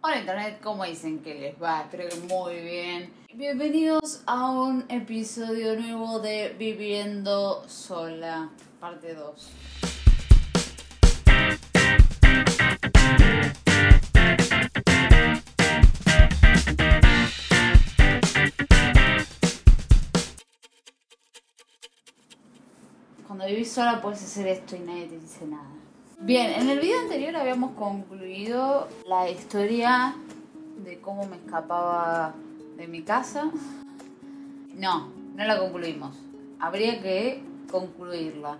Hola Internet, ¿cómo dicen que les va? Espero que muy bien. Bienvenidos a un episodio nuevo de Viviendo Sola, parte 2. Cuando vivís sola puedes hacer esto y nadie te dice nada. Bien, en el video anterior habíamos concluido la historia de cómo me escapaba de mi casa. No la concluimos. Habría que concluirla.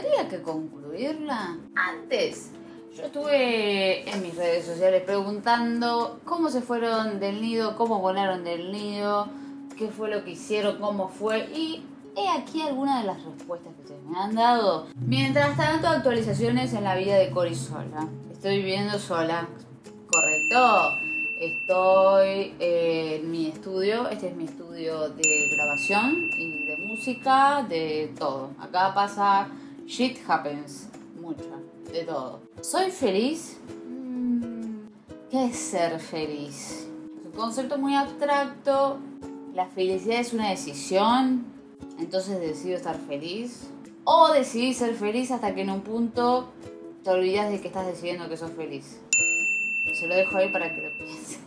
Antes, yo estuve en mis redes sociales preguntando cómo se fueron del nido, cómo volaron del nido, qué fue lo que hicieron, cómo fue, y he aquí algunas de las respuestas que ustedes me han dado. Mientras tanto, actualizaciones en la vida de Cori sola. Estoy viviendo sola, correcto. Estoy en mi estudio. Este es mi estudio de grabación y de música, de todo. Acá pasa shit happens, mucho, de todo. ¿Soy feliz? ¿Qué es ser feliz? Es un concepto muy abstracto. La felicidad es una decisión. Entonces decido estar feliz. O decidí ser feliz hasta que en un punto te olvidas de que estás decidiendo que sos feliz. Se lo dejo ahí para que lo piensen.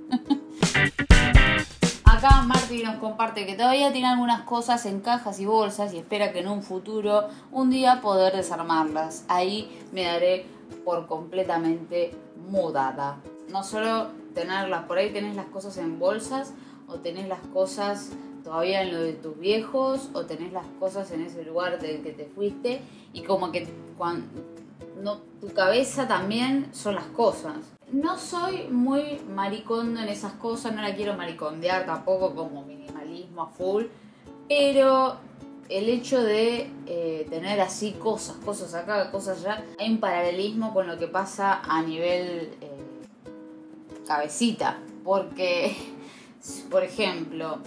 Acá Marty nos comparte que todavía tiene algunas cosas en cajas y bolsas y espera que en un futuro, un día, poder desarmarlas. Ahí me daré por completamente mudada. No solo tenerlas, por ahí tenés las cosas en bolsas o tenés las cosas todavía en lo de tus viejos o tenés las cosas en ese lugar del que te fuiste y como que tu cabeza también son las cosas. No soy muy maricondo en esas cosas, no la quiero maricondear tampoco como minimalismo a full, pero el hecho de tener así cosas acá, cosas allá, hay un paralelismo con lo que pasa a nivel cabecita, porque, por ejemplo,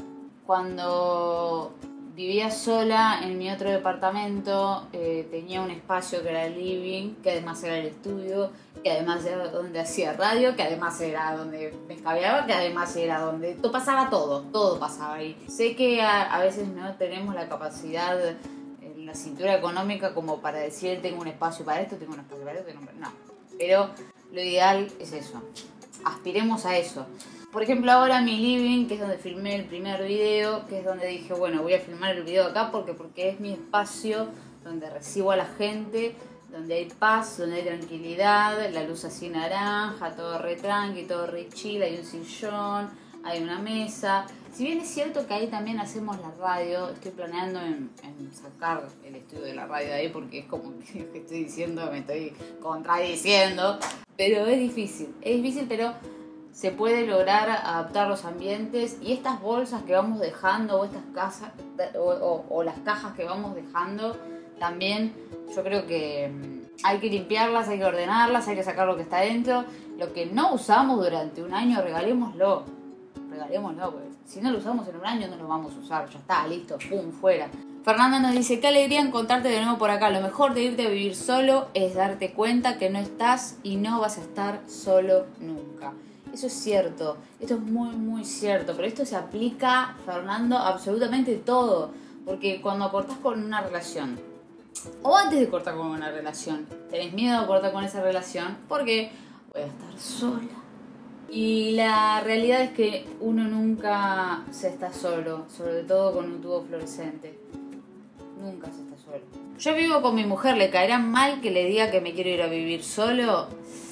cuando vivía sola en mi otro departamento, tenía un espacio que era el living, que además era el estudio, que además era donde hacía radio, que además era donde me escabeaba, que además era donde pasaba todo pasaba ahí. Sé que a veces no tenemos la capacidad, la cintura económica como para decir tengo un espacio para esto, tengo un espacio para esto, no. Pero lo ideal es eso, aspiremos a eso. Por ejemplo, ahora mi living, que es donde filmé el primer video, que es donde dije, bueno, voy a filmar el video acá porque es mi espacio donde recibo a la gente, donde hay paz, donde hay tranquilidad, la luz así naranja, todo re tranqui, todo re chill, hay un sillón, hay una mesa. Si bien es cierto que ahí también hacemos la radio, estoy planeando en sacar el estudio de la radio de ahí porque es como que estoy diciendo, me estoy contradiciendo, pero es difícil, pero se puede lograr adaptar los ambientes y estas bolsas que vamos dejando o estas casas o las cajas que vamos dejando también yo creo que hay que limpiarlas, hay que ordenarlas, hay que sacar lo que está dentro. Lo que no usamos durante un año, regalémoslo, porque si no lo usamos en un año no lo vamos a usar, ya está, listo, pum, fuera. Fernanda nos dice, qué alegría encontrarte de nuevo por acá. Lo mejor de irte a vivir solo es darte cuenta que no estás y no vas a estar solo nunca. Eso es cierto, esto es muy muy cierto, pero esto se aplica, Fernando, a absolutamente todo. Porque cuando cortás con una relación, o antes de cortar con una relación, tenés miedo de cortar con esa relación porque voy a estar sola. Y la realidad es que uno nunca se está solo, sobre todo con un tubo fluorescente. Nunca se está solo. Yo vivo con mi mujer, ¿le caerá mal que le diga que me quiero ir a vivir solo?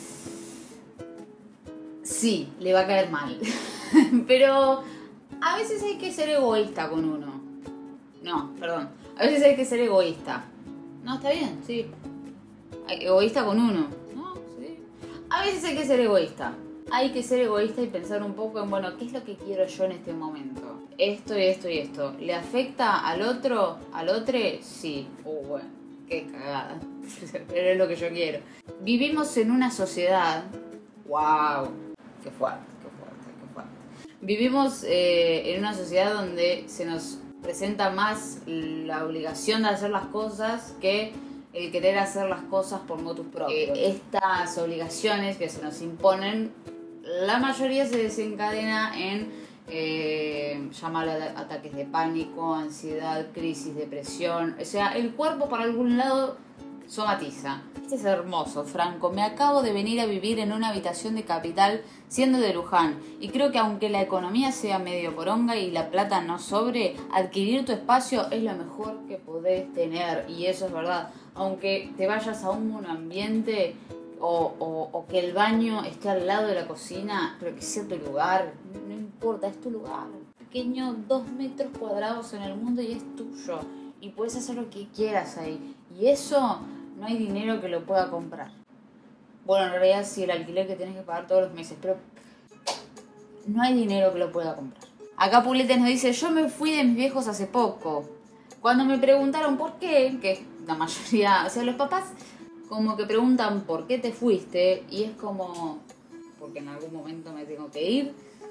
Sí, le va a caer mal. Pero a veces hay que ser egoísta con uno. No, perdón. A veces hay que ser egoísta. No, está bien, sí. Egoísta con uno. No, sí. A veces hay que ser egoísta. Hay que ser egoísta y pensar un poco en, bueno, ¿qué es lo que quiero yo en este momento? Esto y esto y esto. ¿Le afecta al otro? ¿Al otro? Sí. Bueno, qué cagada. Pero es lo que yo quiero. Vivimos en una sociedad. ¡Wow! Qué fuerte. Vivimos en una sociedad donde se nos presenta más la obligación de hacer las cosas que el querer hacer las cosas por motus propios. Estas obligaciones que se nos imponen la mayoría se desencadena en llamarlo ataques de pánico, ansiedad, crisis, depresión. O sea, el cuerpo por algún lado somatiza. Este es hermoso, Franco. Me acabo de venir a vivir en una habitación de capital siendo de Luján. Y creo que aunque la economía sea medio poronga y la plata no sobre, adquirir tu espacio es lo mejor que podés tener. Y eso es verdad. Aunque te vayas a un monoambiente o que el baño esté al lado de la cocina, pero que sea tu lugar, no importa, es tu lugar. Pequeño, 2 metros cuadrados en el mundo y es tuyo. Y puedes hacer lo que quieras ahí. Y eso no hay dinero que lo pueda comprar. Bueno, en realidad sí, el alquiler que tienes que pagar todos los meses, pero no hay dinero que lo pueda comprar. Acá Puletes nos dice, yo me fui de mis viejos hace poco. Cuando me preguntaron por qué, que la mayoría, o sea, los papás como que preguntan por qué te fuiste y es como, porque en algún momento me tengo que ir.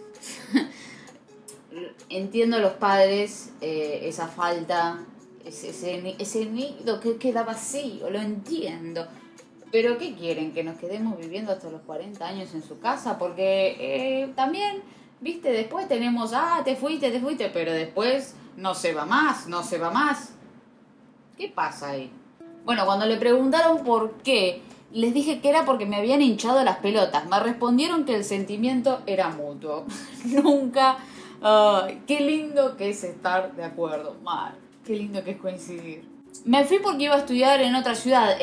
Entiendo a los padres esa falta, ese nido que queda vacío, lo entiendo. Pero ¿qué quieren? ¿Que nos quedemos viviendo hasta los 40 años en su casa? Porque también, viste, después tenemos, te fuiste, pero después no se va más. ¿Qué pasa ahí? Bueno, cuando le preguntaron por qué, les dije que era porque me habían hinchado las pelotas. Me respondieron que el sentimiento era mutuo. Nunca... qué lindo que es estar de acuerdo. Qué lindo que es coincidir. Me fui porque iba a estudiar en otra ciudad.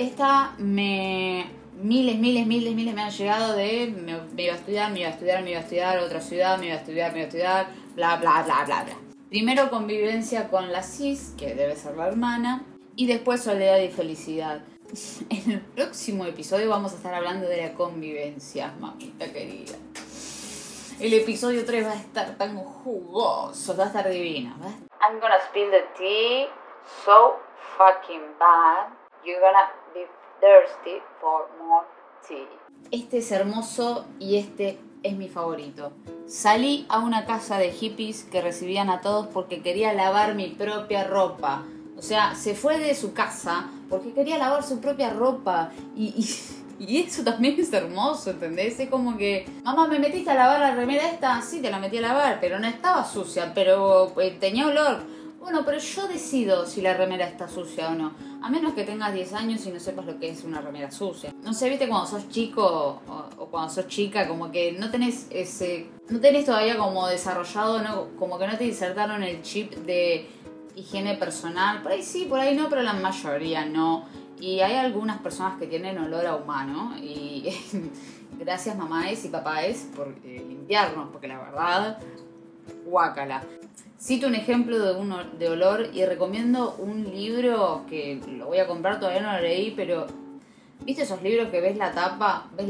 Miles me han llegado de... Me iba a estudiar, otra ciudad, me iba a estudiar, bla, bla, bla, bla, bla. Primero convivencia con la cis, que debe ser la hermana. Y después soledad y felicidad. En el próximo episodio vamos a estar hablando de la convivencia, mamita querida. El episodio 3 va a estar tan jugoso, va a estar divino. I'm gonna spill the tea so fucking bad. You're gonna be thirsty for more tea. Este es hermoso y este es mi favorito. Salí a una casa de hippies que recibían a todos porque quería lavar mi propia ropa. O sea, se fue de su casa porque quería lavar su propia ropa. Y eso también es hermoso, ¿entendés? Es como que, mamá, ¿me metiste a lavar la remera esta? Sí, te la metí a lavar, pero no estaba sucia, pero tenía olor. Bueno, pero yo decido si la remera está sucia o no. A menos que tengas 10 años y no sepas lo que es una remera sucia. No sé, viste, cuando sos chico o cuando sos chica, como que no tenés todavía como desarrollado, ¿no? Como que no te insertaron el chip de higiene personal. Por ahí sí, por ahí no, pero la mayoría no. Y hay algunas personas que tienen olor a humano. Y gracias mamás y papás por limpiarnos, porque la verdad, guácala. Cito un ejemplo de olor y recomiendo un libro que lo voy a comprar, todavía no lo leí, pero ¿viste esos libros que ves la tapa, ves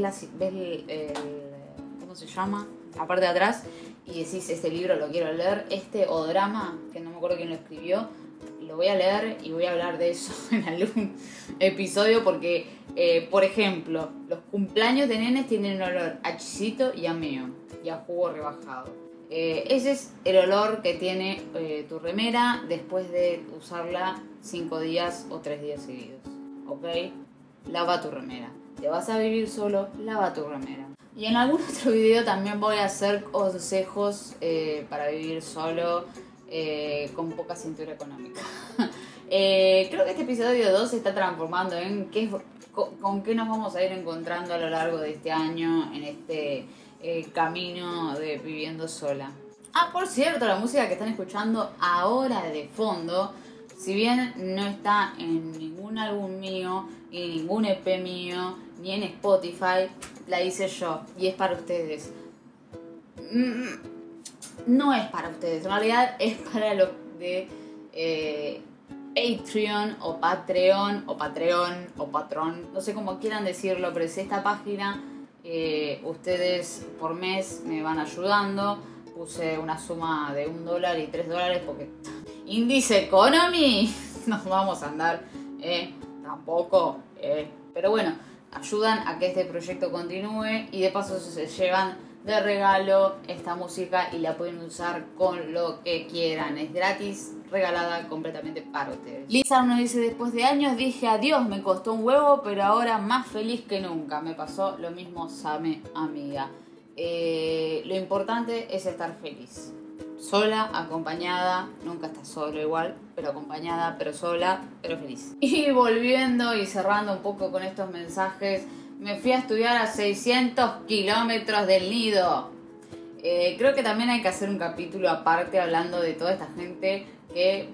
¿cómo se llama? La parte de atrás y decís, este libro lo quiero leer, o drama, que no me acuerdo quién lo escribió, lo voy a leer y voy a hablar de eso en algún episodio porque, por ejemplo, los cumpleaños de nenes tienen olor a chisito y a meo y a jugo rebajado. Ese es el olor que tiene tu remera después de usarla 5 días o 3 días seguidos. ¿Ok? Lava tu remera. ¿Te vas a vivir solo? Lava tu remera. Y en algún otro video también voy a hacer consejos para vivir solo con poca cintura económica. Creo que este episodio 2 se está transformando en con qué nos vamos a ir encontrando a lo largo de este año en este camino de viviendo sola. Por cierto, la música que están escuchando ahora de fondo, si bien no está en ningún álbum mío, ni en ningún EP mío, ni en Spotify, la hice yo y es para ustedes. No es para ustedes, en realidad es para los de Patreon o Patreon o Patreon o Patrón, no sé cómo quieran decirlo, pero es esta página. Ustedes por mes me van ayudando. Puse una suma de $1 y $3 porque índice economy nos vamos a andar tampoco, pero bueno, ayudan a que este proyecto continúe y de paso se llevan de regalo esta música y la pueden usar con lo que quieran. Es gratis, regalada completamente para ustedes. Lisa nos dice, después de años dije adiós, me costó un huevo, pero ahora más feliz que nunca. Me pasó lo mismo, Same, amiga. Lo importante es estar feliz. Sola, acompañada, nunca estás solo igual, pero acompañada, pero sola, pero feliz. Y volviendo y cerrando un poco con estos mensajes, me fui a estudiar a 600 kilómetros del nido. Creo que también hay que hacer un capítulo aparte hablando de toda esta gente que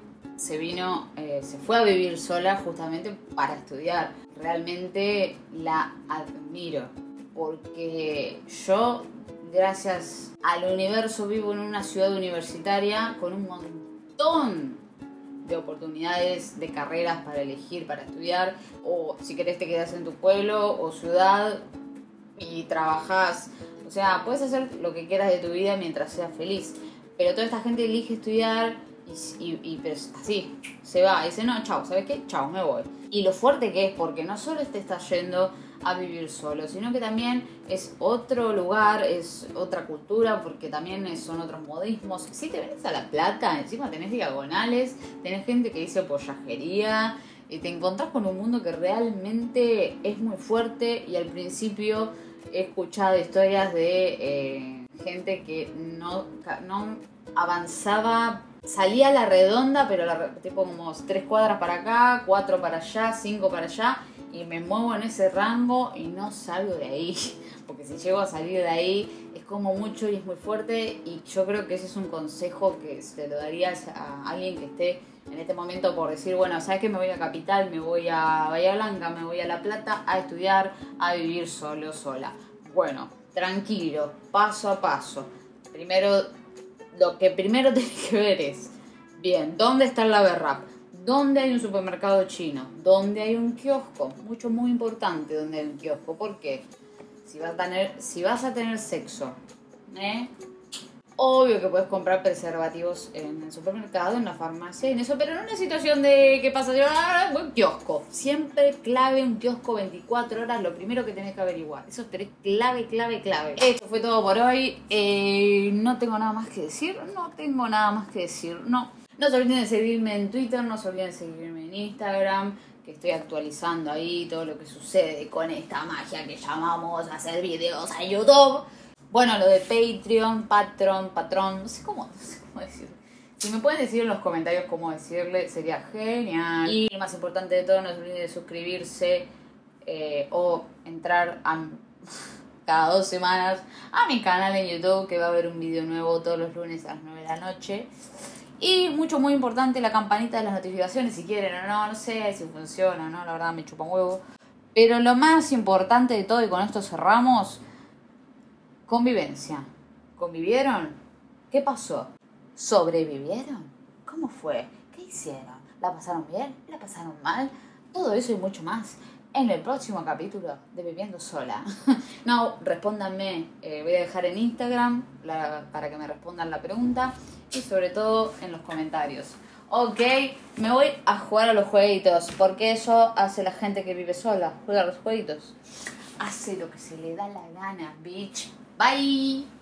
se fue a vivir sola justamente para estudiar. Realmente la admiro, porque yo, gracias al universo, vivo en una ciudad universitaria con un montón de oportunidades de carreras para elegir, para estudiar, o si querés te quedás en tu pueblo o ciudad y trabajás. O sea, puedes hacer lo que quieras de tu vida mientras seas feliz. Pero toda esta gente elige estudiar pero así, se va. Y dice, no, chau, ¿sabes qué? Chau, me voy. Y lo fuerte que es, porque no solo te estás yendo a vivir solo, sino que también es otro lugar, es otra cultura, porque también son otros modismos. Si te venís a La Plata, encima tenés diagonales, tenés gente que dice pollajería, y te encontrás con un mundo que realmente es muy fuerte. Y al principio he escuchado historias de gente que no avanzaba, salía a la redonda, pero tipo como 3 cuadras para acá, 4 para allá, 5 para allá, y me muevo en ese rango y no salgo de ahí, porque si llego a salir de ahí es como mucho y es muy fuerte. Y yo creo que ese es un consejo que se lo darías a alguien que esté en este momento por decir, bueno, ¿sabes qué? Me voy a Capital, me voy a Bahía Blanca, me voy a La Plata a estudiar, a vivir solo, sola. Bueno, tranquilo, paso a paso. Lo que primero tenés que ver es, bien, ¿dónde está el Laberrap? ¿Dónde hay un supermercado chino? ¿Dónde hay un kiosco? Muy importante donde hay un kiosco. ¿Por qué? Si vas a tener sexo, obvio que puedes comprar preservativos en el supermercado, en la farmacia, en eso, pero en una situación de ¿qué pasa? Un kiosco. Siempre clave un kiosco 24 horas, lo primero que tenés que averiguar. Eso es clave. Esto fue todo por hoy. No tengo nada más que decir. No se olviden de seguirme en Twitter, no se olviden de seguirme en Instagram, que estoy actualizando ahí todo lo que sucede con esta magia que llamamos hacer videos a YouTube. Bueno, lo de Patreon, patrón, no sé cómo decirlo. Si me pueden decir en los comentarios cómo decirle, sería genial. Y lo más importante de todo, no se olviden de suscribirse o entrar cada 2 semanas a mi canal en YouTube, que va a haber un video nuevo todos los lunes a las 9 de la noche. Y muy importante, la campanita de las notificaciones, si quieren o no sé si funciona o no, la verdad me chupa un huevo. Pero lo más importante de todo, y con esto cerramos, convivencia. ¿Convivieron? ¿Qué pasó? ¿Sobrevivieron? ¿Cómo fue? ¿Qué hicieron? ¿La pasaron bien? ¿La pasaron mal? Todo eso y mucho más en el próximo capítulo de Viviendo Sola. No, respóndanme. Voy a dejar en Instagram para que me respondan la pregunta. Y sobre todo en los comentarios. Ok, me voy a jugar a los jueguitos. Porque eso hace la gente que vive sola. Juega a los jueguitos. Hace lo que se le da la gana, bitch. Bye.